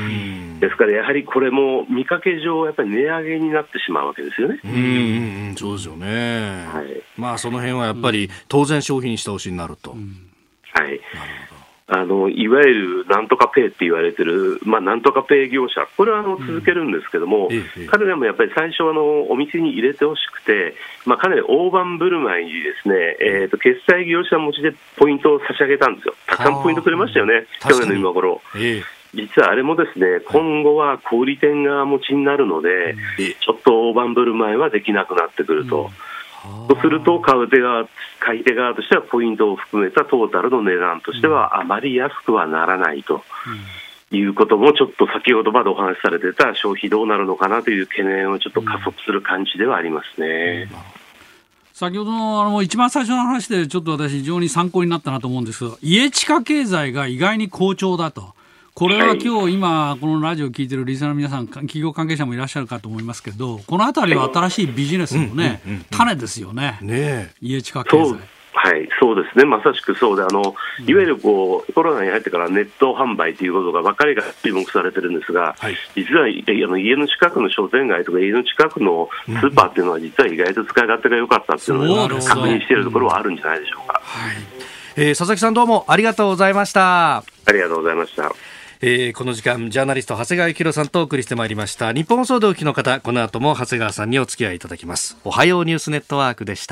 ですからやはりこれも見かけ上やっぱり値上げになってしまうわけですよね。 うんうんうん、そうですよね。はい、まあその辺はやっぱり当然消費に下押しになると、うん、 はい、あのいわゆるなんとかペイって言われてる、まあ、なんとかペイ業者、これはあの続けるんですけども、うんええ、彼らもやっぱり最初あのお店に入れてほしくて、まあ、かなり大盤振る舞いにですね、えー、と決済業者持ちでポイントを差し上げたんですよ。たくさんポイントくれましたよね、去年の今頃。ええ、実はあれもですね、今後は小売店が持ちになるので、ええ、ちょっと大盤振る舞いはできなくなってくると、うんとすると買う手側、買い手側としてはポイントを含めたトータルの値段としてはあまり安くはならないということも、ちょっと先ほどまでお話しされてた消費どうなるのかなという懸念をちょっと加速する感じではありますね。うん、 先ほどのあの一番最初の話でちょっと私非常に参考になったなと思うんですけど、家地下経済が意外に好調だと。これは今日今このラジオを聞いているリスナーの皆さん、企業関係者もいらっしゃるかと思いますけど、このあたりは新しいビジネスのね、うんうんうんうん、種ですよね。ねえ、家地下経済。 はい、そうですね、まさしくそうで、あのいわゆるこうコロナに入ってからネット販売ということがばっかりが注目されてるんですが、はい、実はあの家の近くの商店街とか家の近くのスーパーっていうのは実は意外と使い勝手が良かったっていうのを確認しているところはあるんじゃないでしょうか。はい、 えー、佐々木さんどうもありがとうございました。 ありがとうございました。 えー、この時間ジャーナリスト長谷川幸宏さんとお送りしてまいりました。日本放送でお聞きの方、この後も長谷川さんにお付き合いいただきます。おはようニュースネットワークでした。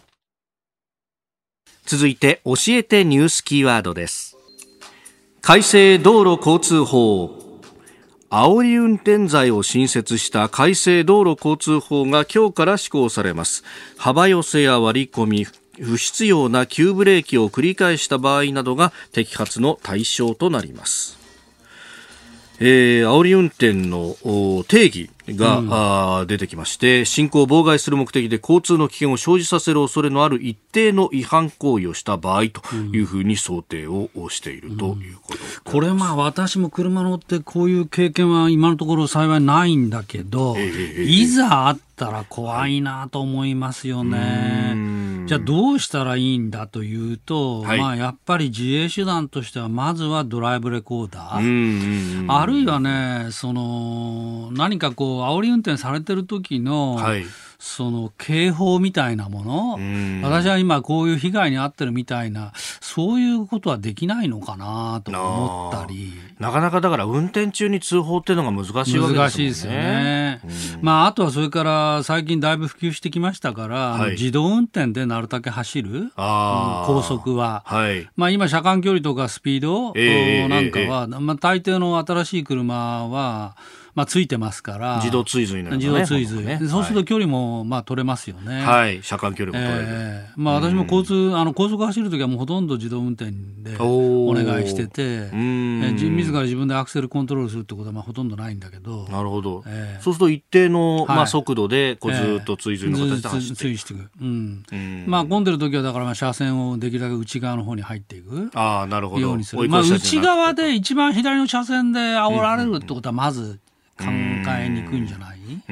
続いて教えてニュースキーワードです。改正道路交通法、煽り運転罪を新設した改正道路交通法が今日から施行されます。幅寄せや割り込み、不必要な急ブレーキを繰り返した場合などが摘発の対象となります。えー、煽り運転の定義が、うん、あ出てきまして、進行を妨害する目的で交通の危険を生じさせる恐れのある一定の違反行為をした場合というふうに想定をしているということです。 うん、これまあ私も車乗ってこういう経験は今のところ幸いないんだけど、えー、いざあったら怖いなと思いますよね。じゃあどうしたらいいんだというと、はい、まあ、やっぱり自衛手段としてはまずはドライブレコーダー、うんうん、あるいはね、その何かこう煽り運転されてる時の、はい、その警報みたいなもの、うん、私は今こういう被害に遭ってるみたいな、そういうことはできないのかなと思ったり。 なかなかだから運転中に通報っていうのが難しいわけですよね。 難しいですよね。うん、まあ、あとはそれから最近だいぶ普及してきましたから、はい、自動運転でなるだけ走る、あ、うん、高速は、はい、まあ、今車間距離とかスピード、えー、なんかは、えーまあ、大抵の新しい車はまあ、ついてますから、 自動追随のような、ね、 自動追随、ね、そうすると距離もまあ取れますよね。 はい、車間距離も取れる。 えーまあ、私も交通、うん、あの高速走るときはもうほとんど自動運転でお願いしてて、えー、自ら自分でアクセルコントロールするってことはまあほとんどないんだけど。 なるほど。えー、そうすると一定の、まあ、速度でこうずっと追随の形で走っていく。追していく。うんうん、まあ、混んでるときはだからまあ車線をできるだけ内側の方に入っていく。ああ、なるほど。ようにする。まあ、内側で一番左の車線で煽られるってことはまず考えにくいんじゃない？うん、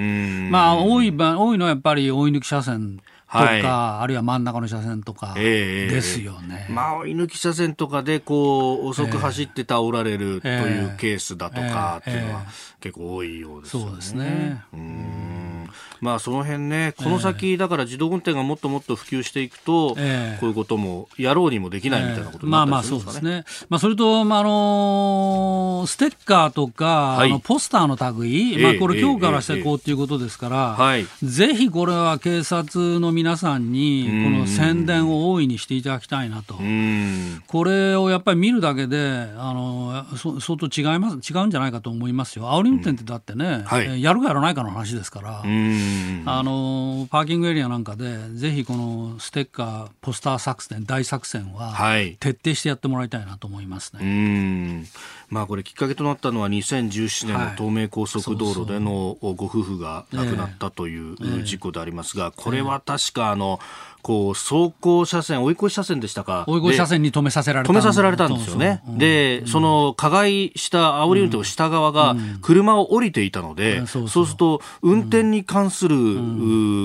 まあ、多い場、多いのはやっぱり追い抜き車線とか、はい、あるいは真ん中の車線とかですよね。 えー、まあ、追い抜き車線とかでこう遅く走って煽られるというケースだとかっていうのは結構多いようですよね。 そうですね。 うんまあ、その辺ね、この先、えー、だから自動運転がもっともっと普及していくと、えー、こういうこともやろうにもできないみたいなことになったりするんですかね。 まあまあそうですね。まあ、それと、まああのー、ステッカーとか、はい、あのポスターの類、えーまあ、これ今日からしていこうということですから、えーえーえー、ぜひこれは警察の皆さんにこの宣伝を大いにしていただきたいなと。うんこれをやっぱり見るだけであのそ相当違います違うんじゃないかと思いますよ。煽り運転ってだってね、うんはい、やるかやらないかの話ですから、うんあのパーキングエリアなんかでぜひこのステッカーポスター作戦大作戦は徹底してやってもらいたいなと思いますね。 うんまあ、これきっかけとなったのはにせんじゅうななねんの東名高速道路でのご夫婦が亡くなったという事故でありますが、これは確かあのこう走行車線追い越し車線でしたか追い越し車線に止めさせられた止めさせられたんですよね。そうそう、うん、で、うん、その加害した煽り運転をした側が車を降りていたので、うん、そうそうそうすると運転に関する、うん、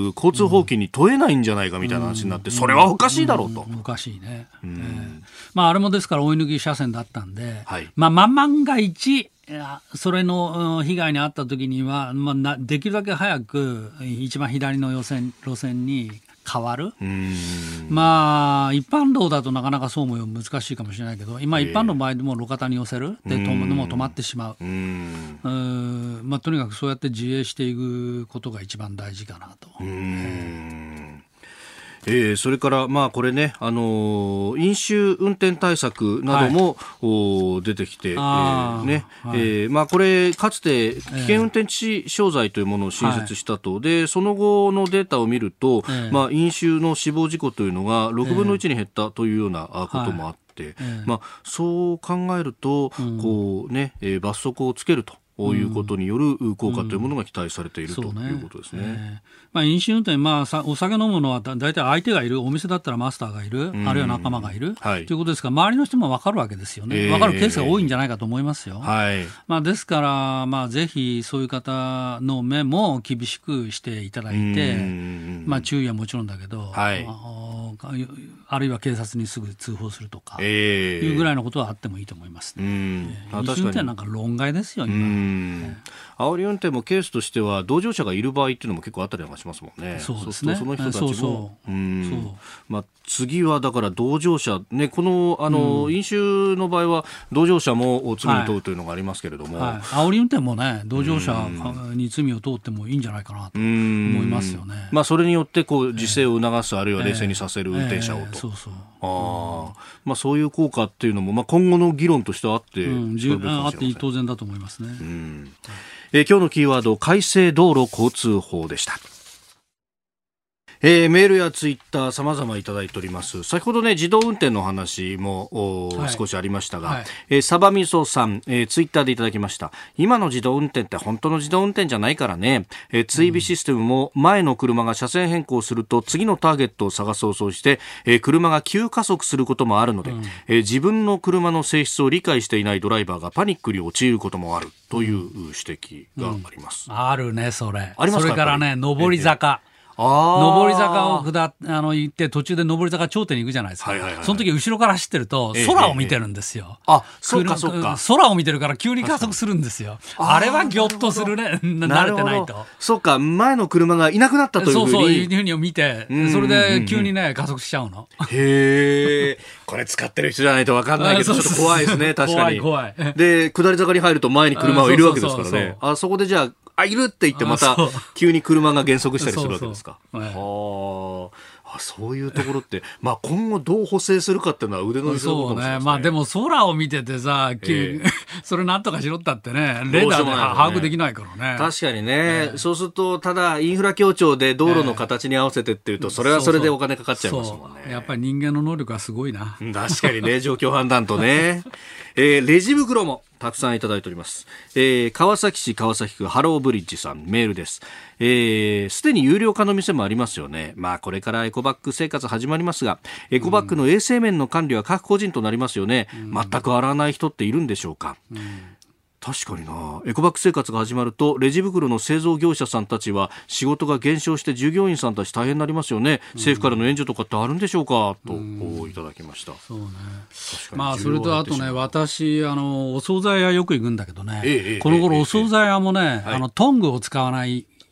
交通法規に問えないんじゃないかみたいな話になって、うん、それはおかしいだろうと、 うんうん、おかしいね、うんえーまあ、あれもですから追い抜き車線だったんで、はいまあ、万が一いやそれの被害に遭った時には、まあ、なできるだけ早く一番左の路線、路線に変わる。うんまあ一般道だとなかなかそうも難しいかもしれないけど、今一般道の場合でも路肩に寄せるでともう止まってしまう。うんうんまあ、とにかくそうやって自衛していくことが一番大事かなと。うんえー、それから、まあ、これね、あのー、飲酒運転対策なども、はい、出てきて、えーねはいえーまあ、これかつて危険運転致死傷罪というものを新設したと、えー、でその後のデータを見ると、えーまあ、飲酒の死亡事故というのがろくぶんのいちに減ったというようなこともあって、えーはいまあ、そう考えると、うん、こうねえー、罰則をつけるとこういうことによる効果というものが期待されている、うん、ということですね。 えーまあ、飲酒運転、まあ、さお酒飲むのはだいたい相手がいる、お店だったらマスターがいる、うん、あるいは仲間がいる、はい、ということですから周りの人も分かるわけですよね。えー、分かるケースが多いんじゃないかと思いますよ。はいまあ、ですから、まあ、ぜひそういう方の目も厳しくしていただいて、まあ、注意はもちろんだけど、はいまあ、あるいは警察にすぐ通報するとか、えー、いうぐらいのことはあってもいいと思いますね。うんえー、飲酒運転なんか論外ですよ今。うん煽り運転もケースとしては同乗者がいる場合っていうのも結構あったりなんかしますもんね。 そうですね。 そうするとその人たちもそうそううんそうまあ、次はだから同乗者、ね、この、あの、うん、飲酒の場合は同乗者も罪に問うというのがありますけれども、はいはい、 煽り運転もね同乗者に罪を問ってもいいんじゃないかなと思いますよね。 まあ、それによってこう自制を促す、えー、あるいは冷静にさせる運転者をと、えーえー、 そうそうあ、まあ、そういう効果っていうのも、まあ、今後の議論としてはあって、うん、 あって当然だと思いますね。うんえー、今日のキーワード改正道路交通法でした。えー、メールやツイッター様々いただいております。先ほどね自動運転の話も、はい、少しありましたが、はいえー、サバミソさん、えー、ツイッターでいただきました。今の自動運転って本当の自動運転じゃないからね、えー、追尾システムも前の車が車線変更すると次のターゲットを探そうそうして、えー、車が急加速することもあるので、うんえー、自分の車の性質を理解していないドライバーがパニックに陥ることもあるという指摘があります。 うん、あるねそれ。 ありますか。 それからね上り坂、えー上り坂を下あの行って途中で上り坂頂点に行くじゃないですか、はいはいはい、その時後ろから走ってると空を見てるんですよ、 えええ、あそうかそうか空を見てるから急に加速するんですよ。 あ, あれはギョッとするね慣れてないと。 そうか前の車がいなくなったというふうにそうそういうふうに見てそれで急にね加速しちゃうの。 へえこれ使ってる人じゃないと分かんないけどちょっと怖いですね確かに。 怖い怖いで下り坂に入ると前に車はいるわけですからね。そうそうそうそうあそこでじゃああいるって言ってまた急に車が減速したりするわけですか。そうそう、はあ、あそういうところって、まあ、今後どう補正するかっていうのは腕の見せ所かもしれないですね。そうね、まあ、 でも空を見ててさ、えー、それなんとかしろったってねレーダーで把握できないからね。 確かにね、えー、そうするとただインフラ協調で道路の形に合わせてっていうと、えー、それはそれでお金かかっちゃいますもんね。 そうそうやっぱり人間の能力はすごいな。 確かにね状況判断とね、えー、レジ袋もたくさんいただいております。えー、川崎市川崎区ハローブリッジさんメールです。えー、すでに有料化の店もありますよね。まあこれからエコバッグ生活始まりますがエコバッグの衛生面の管理は各個人となりますよね、うん、全く洗わない人っているんでしょうか。うん確かにな。エコバッグ生活が始まるとレジ袋の製造業者さんたちは仕事が減少して従業員さんたち大変になりますよね、うん、政府からの援助とかってあるんでしょうかと、うん、いただきました。 そうね。まあそれとあとね私あのお惣菜屋よく行くんだけどね、ええ、この頃お惣菜屋もね、はい、あのトングを使わない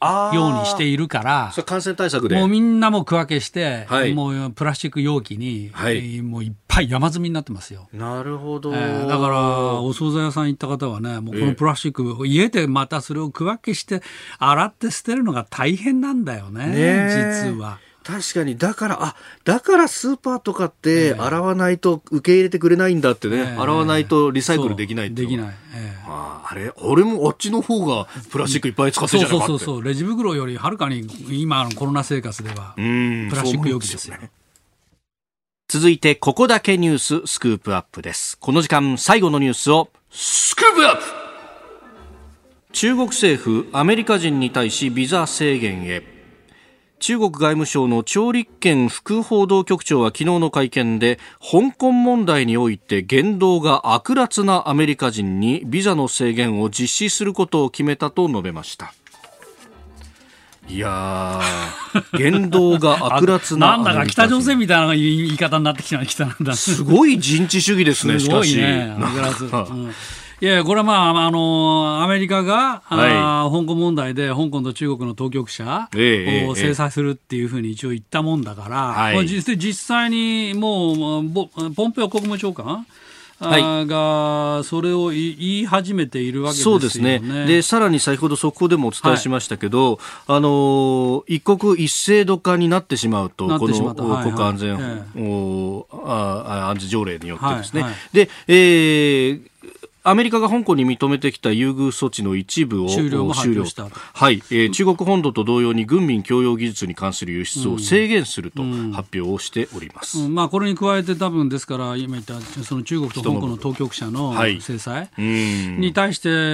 ようにしているから、 それ感染対策でもうみんなもう区分けして、 はい、 もうプラスチック容器に、 はい、 えー、もういっぱい山積みになってますよ。 なるほど、 えー、だからお惣菜屋さん行った方はね、もうこのプラスチック、えー、家でまたそれを区分けして洗って捨てるのが大変なんだよ ね, ね実は。 確かに、だからあだからスーパーとかって洗わないと受け入れてくれないんだってね、えー、洗わないとリサイクルできないってできない、えー、 あ, あれ俺もあっちの方がプラスチックいっぱい使ってるじゃないかって、 そうそうそうそう、レジ袋よりはるかに今のコロナ生活ではプラスチック容器ですよ。 続いてここだけニューススクープアップです。この時間最後のニュースをスクープアップ。中国政府アメリカ人に対しビザ制限へ。中国外務省の趙立堅副報道局長は昨日の会見で、香港問題において言動が悪辣なアメリカ人にビザの制限を実施することを決めたと述べました。いやー、言動が悪辣ななんだか北朝鮮みたいな言い方になってきたな。 すごい人知主義ですね。しかしすごいね、悪辣、うんいやこれは、まあ、あのアメリカが、はい、香港問題で香港と中国の当局者を制裁するっていうふうに一応言ったもんだから、はいまあ、実, 実際にもうポンペオ国務長官はい、がそれを言い始めているわけですよね。 そうですね。でさらに先ほど速報でもお伝えしましたけど、はい、あの一国一制度化になってしまうとこの国家安全、はいはいええ、あ安全条例によってですね、はいはい、で、えーアメリカが香港に認めてきた優遇措置の一部を終了も発表した。 はい、えー、中国本土と同様に軍民共用技術に関する輸出を制限すると発表をしております。 うんうんまあ、これに加えて多分ですから今言ったその中国と香港の当局者の制裁に対して、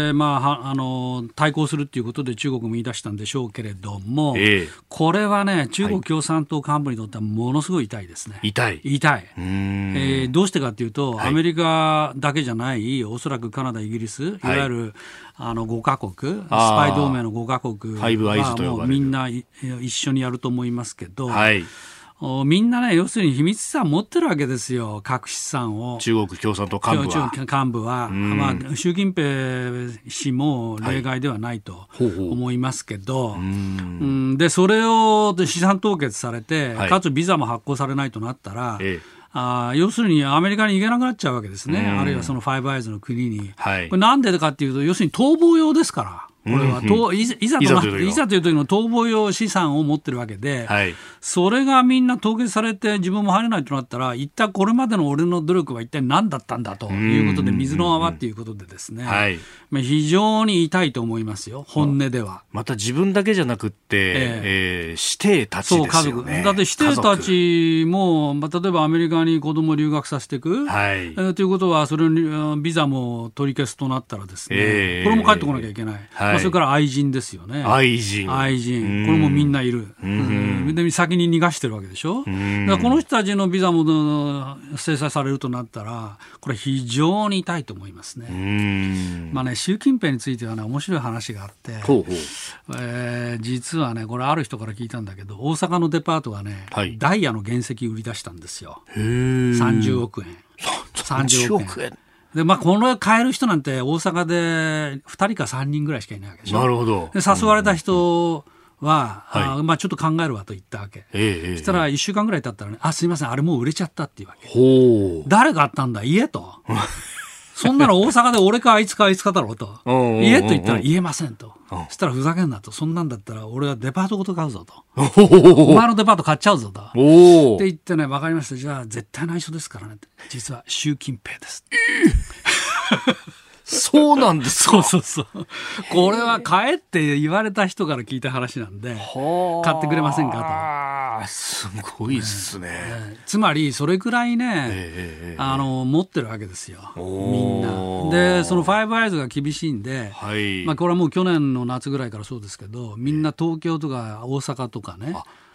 まあ、はあの対抗するということで中国も言い出したんでしょうけれども、えー、これはね中国共産党幹部にとってはものすごい痛いですね。 痛い。 痛い。うーん、えー、どうしてかというと、はい、アメリカだけじゃないおそらくカナダ、イギリス、いわゆる、はい、あのごカ国、スパイ同盟のごカ国はもうみんな一緒にやると思いますけど、はい、みんなね要するに秘密資産持ってるわけですよ、隠し資産を。 中国共産党幹部は幹部は、まあ、習近平氏も例外ではないと思いますけど、はい、うんでそれを資産凍結されて、はい、かつビザも発行されないとなったら、ええあ要するにアメリカに行けなくなっちゃうわけですね、あるいはそのファイブアイズの国に、はい、これなんでかっていうと要するに逃亡用ですから。これは、うんうん、い, ざい, ざとない、いざという時の逃亡用資産を持ってるわけで、はい、それがみんな凍結されて自分も入れないとなったら一体これまでの俺の努力は一体何だったんだということで水の泡ということでですね、はい、非常に痛いと思いますよ、本音では。 また自分だけじゃなくって、えーえー、師弟たちですよね。 そう家族だって師弟たちも、まあ、例えばアメリカに子供を留学させていく、はいえー、ということはそれにビザも取り消すとなったらですね、えー、これも帰ってこなきゃいけない、はいそれから愛人ですよね。 愛人愛人これもみんないる、うん、で先に逃がしてるわけでしょ。だからこの人たちのビザも制裁されるとなったらこれ非常に痛いと思いますね。うんまあね習近平についてはね面白い話があってほうほう、えー、実はねこれある人から聞いたんだけど大阪のデパートがね、はい、ダイヤの原石売り出したんですよ。へーさんじゅうおくえんさんじゅうおくえんでまあ、この買える人なんて大阪でふたりかさんにんぐらいしかいないわけでしょ。 なるほど。 で誘われた人は、うんはいあまあ、ちょっと考えるわと言ったわけ、ええ、そしたらいっしゅうかんぐらい経ったらねあすいませんあれもう売れちゃったっていうわけ。ほう誰があったんだ言えとそんなの大阪で俺かあいつかあいつかだろうと言えと言ったら言えませんと。そしたらふざけんなとそんなんだったら俺はデパートごと買うぞとお前のデパート買っちゃうぞとって言ってね分かりましたじゃあ絶対内緒ですからねって実は習近平ですそうなんですか。 そうそうそうこれは買えって言われた人から聞いた話なんで買ってくれませんかと。 すごいっすね、 ね、つまりそれくらいね、えー、あの持ってるわけですよみんなでそのファイブアイズが厳しいんで、はいまあ、これはもう去年の夏ぐらいからそうですけどみんな東京とか大阪とかね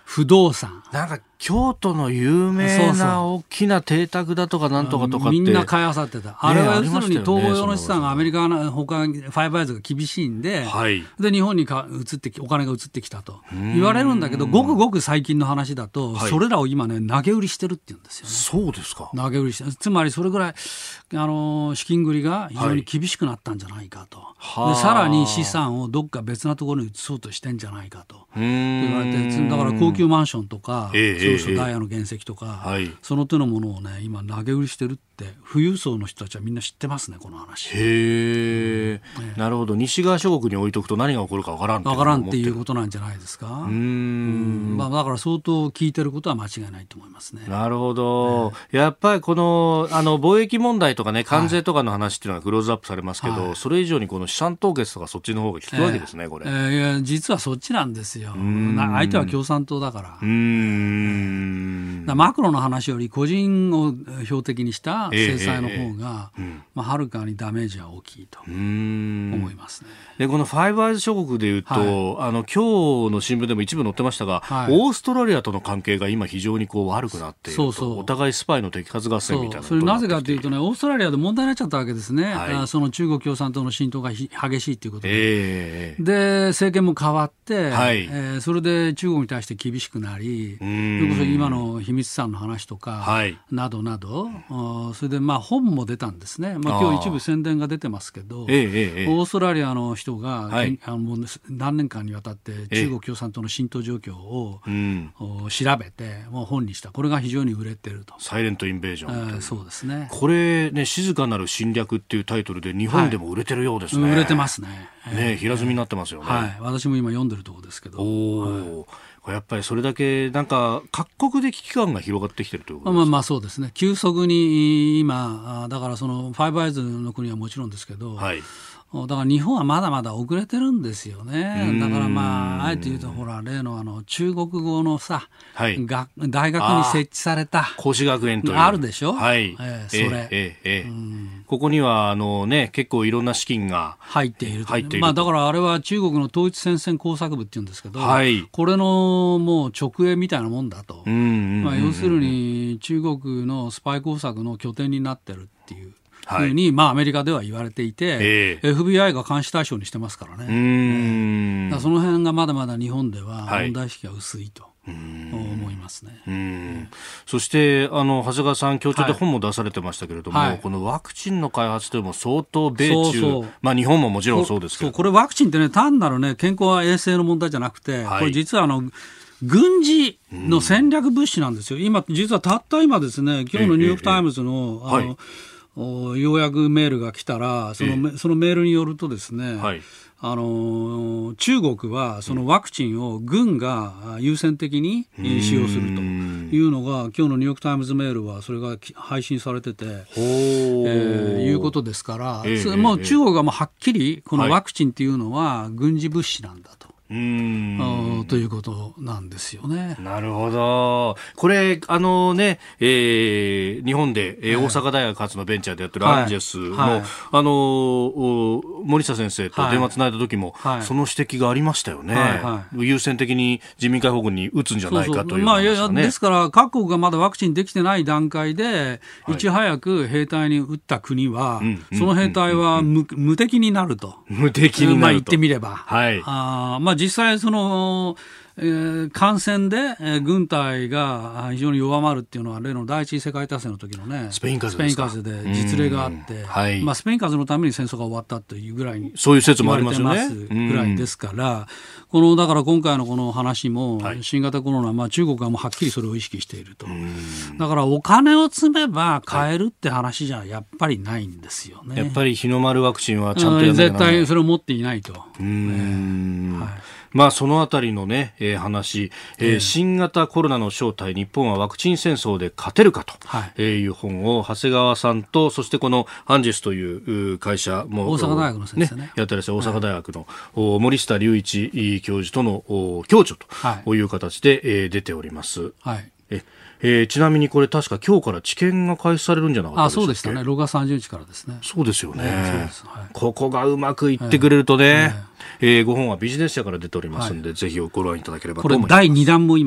不動産、 なんか京都の有名な大きな邸宅だとかなんとかとかって、 みんな買い漁ってた。あれは要するに統合用の資産がアメリカの他ファイブアイズが厳しいんで、はい、で日本にか移ってお金が移ってきたと言われるんだけど、ごくごく最近の話だと、はい、それらを今ね投げ売りしてるって言うんですよね。 そうですか。 投げ売りして、つまりそれぐらいあの資金繰りが非常に厳しくなったんじゃないかと、はい、でさらに資産をどっか別なところに移そうとしてんじゃないかと言われて、だから高級マンションとか、えー、そうそうダイヤの原石とか、はい、その手のものをね今投げ売りしてるって富裕層の人たちはみんな知ってますね、この話。 へー、うんね、なるほど。西側諸国に置いとくと何が起こるかわからんっていうわからんっていうことなんじゃないですか。うーん、うんまあ、だから相当聞いてることは間違いないと思いますね。 なるほど、ね、やっぱりこの、あの貿易問題とかね、関税とかの話っていうのがクローズアップされますけど、はい、それ以上にこの資産凍結とかそっちの方が効くわけですね、えー、これ、えー、いや実はそっちなんですよ。相手は共産党だから。うーんだマクロの話より個人を標的にした制裁の方が、えーえーうんまあ、はるかにダメージは大きいと思いますね。 でこのファイブアイズ諸国でいうと、はい、あの今日の新聞でも一部載ってましたが、はい、オーストラリアとの関係が今非常にこう悪くなっていると。そうそう、お互いスパイの摘発合戦みたいなことになってきている。 それなぜかというとね、オーストラリアで問題になっちゃったわけですね、はい、その中国共産党の浸透が激しいということで、えー、で政権も変わって、はいえー、それで中国に対して厳しくなり、それこそ今の秘密資産の話とか、はい、などなど、それでまあ本も出たんですね、まあ、今日一部宣伝が出てますけど、えーえー、オーストラリアの人が、はい、あのもう何年間にわたって中国共産党の浸透状況を、えー、調べてもう本にした。これが非常に売れてると。 サイレントインベージョン、 えー、そうですね。 これね、静かなる侵略っていうタイトルで日本でも売れてるようですね、 はい、売れてますね、 ね、平積みになってますよね、 はい、私も今読んでるところですけど。お、 はい、これやっぱりそれだけなんか各国で危機感が広がってきてるということですか。 まあまあそうですね。急速に今だからそのファイブアイズの国はもちろんですけど、はい、だから日本はまだまだ遅れてるんですよね。だからまああえて言うとほら例のあの中国語のさ、はい、が大学に設置された孔子学園というあるでしょ、 はいえー、それ、えーえーえーうん、ここにはあの、ね、結構いろんな資金が入っていると、まあ、だからあれは中国の統一戦線工作部っていうんですけど、はい、これのもう直営みたいなもんだと、うんうんうんうんまあ、要するに中国のスパイ工作の拠点になってるっていうふうに、はいまあ、アメリカでは言われていて、えー、エフビーアイ が監視対象にしてますからね。うーん、だからその辺がまだまだ日本では問題意識が薄いと、はい思いますね。 うんうんそしてあの長谷川さん協調で本も出されてましたけれども、はい、このワクチンの開発でも相当米中そうそう、まあ、日本ももちろんそうですけど、 そうこれワクチンってね単なる、ね、健康衛生の問題じゃなくて、はい、これ実はあの軍事の戦略物資なんですよ。今実はたった今ですね、今日のニューヨークタイムズの、ええええ、あの、はい、要約メールが来たらその、ええ、そのメールによるとですね、はいあの中国はそのワクチンを軍が優先的に使用するというのが今日のニューヨークタイムズメールはそれが配信されてて、えー、いうことですから、えー、もう中国はもうはっきりこのワクチンっていうのは軍事物資なんだと。うーんということなんですよね。 なるほど。これあのね、えー、日本で、えー、大阪大学発のベンチャーでやってるアンジェスの、はいはい、あの森下先生と電話つないだ時も、はい、その指摘がありましたよね、はいはい、優先的に人民解放軍に打つんじゃないかという話がね。そうそう、まあ、いやですから各国がまだワクチンできてない段階で、はい、いち早く兵隊に打った国は、うん、その兵隊は 無,、うん、無敵になると。 無敵になると、まあ、 言ってみれば、 はい、 あまあ実際その、えー、感染で、えー、軍隊が非常に弱まるっていうのは例の第一次世界大戦の時のねスペイン風邪ですか。 スペイン風邪で実例があって、はいまあ、スペイン風邪のために戦争が終わったというぐらいにそういう説もありますよね。 ぐらいですから、このだから今回のこの話も、はい、新型コロナ、まあ、中国はもうはっきりそれを意識していると。だからお金を積めば買えるって話じゃやっぱりないんですよね。 やっぱり日の丸ワクチンはちゃんとやらなきゃならない。 絶対それを持っていないと。 うーん、はいまあ、そのあたりの、ねえー、話、えー、新型コロナの正体日本はワクチン戦争で勝てるかと、はいえー、いう本を長谷川さんとそしてこのアンジェスという会社も大阪大学の先生ね、 ねやってらっしゃる大阪大学の、はい、森下隆一教授との共著という形で、はいえー、出ております。はいええー、ちなみにこれ確か今日から治験が開始されるんじゃなかったですか。 あそうでしたね。ろくがつさんじゅうにちからですね。 そうですよね、えーそうですはい、ここがうまくいってくれるとね、えーえー、ご本はビジネス社から出ておりますので、はい、ぜひご覧いただければと思います。 これだいにだんも今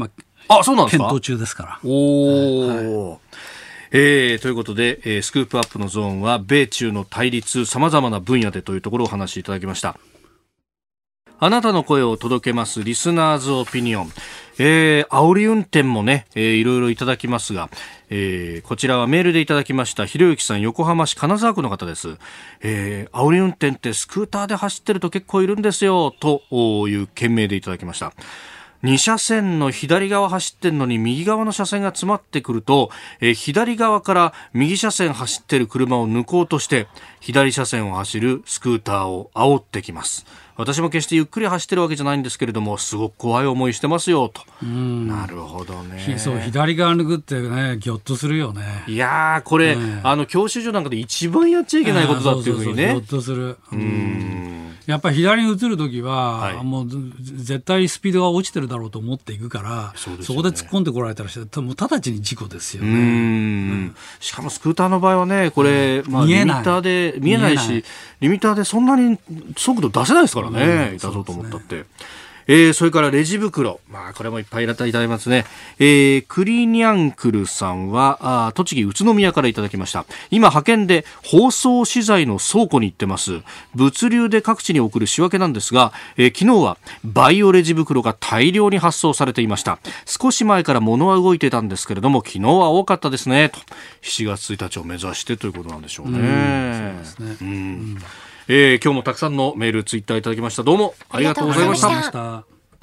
あ、そうなんですか。 検討中ですから。 おー、はい、えー、ということで、えー、スクープアップのゾーンは米中の対立様々な分野でというところをお話しいただきました。あなたの声を届けますリスナーズオピニオン、えー、煽り運転もね、えー、いろいろいただきますが、えー、こちらはメールでいただきましたひろゆきさん、横浜市金沢区の方です。えー、煽り運転ってスクーターで走ってると結構いるんですよという件名でいただきました。に車線の左側走ってるのに右側の車線が詰まってくると、えー、左側から右車線走ってる車を抜こうとして左車線を走るスクーターを煽ってきます。私も決してゆっくり走ってるわけじゃないんですけれども、すごく怖い思いしてますよと。うん、なるほどね。 そう、左側抜くってね、ギョッとするよね。 いやー、これ、ね、あの教習所なんかで一番やっちゃいけないことだっていうふうにね。 そうそうそう、ギョッとする。うん、やっぱり左に移るときは、はい、もう絶対スピードが落ちてるだろうと思っていくから、 そ, うですよね、そこで突っ込んでこられたらしてもう直ちに事故ですよね。うん、うん、 しかもスクーターの場合はね、これ、うん、まあ、リミッターで見えないし、リミッターでそんなに速度出せないですからね、出そうと思ったって。えー、それからレジ袋、まあ、これもいっぱいいただいてますね。えー、クリニャンクルさんはあ栃木宇都宮からいただきました。今派遣で包装資材の倉庫に行ってます。物流で各地に送る仕分けなんですが、えー、昨日はバイオレジ袋が大量に発送されていました。少し前から物は動いてたんですけれども、昨日は多かったですねと。しちがつついたちを目指してということなんでしょうね。うん、そうですね。うん、うん、えー、今日もたくさんのメールツイッターいただきました。どうもありがとうございました。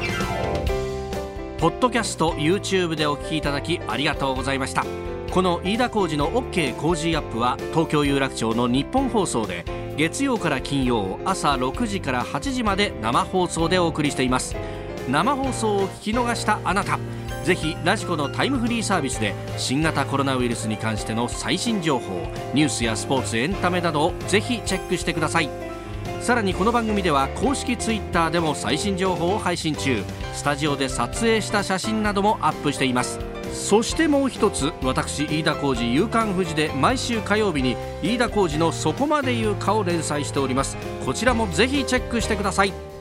ポッドキャスト YouTube でお聞きいただきありがとうございました。この飯田浩司の OK 工事アップは東京有楽町の日本放送で月曜から金曜朝ろくじからはちじまで生放送でお送りしています。生放送を聞き逃したあなた、ぜひラジコのタイムフリーサービスで新型コロナウイルスに関しての最新情報、ニュースやスポーツ、エンタメなどをぜひチェックしてください。さらにこの番組では公式ツイッターでも最新情報を配信中。スタジオで撮影した写真などもアップしています。そしてもう一つ、私飯田浩司夕刊フジで毎週火曜日に飯田浩司のそこまで言うかを連載しております。こちらもぜひチェックしてください。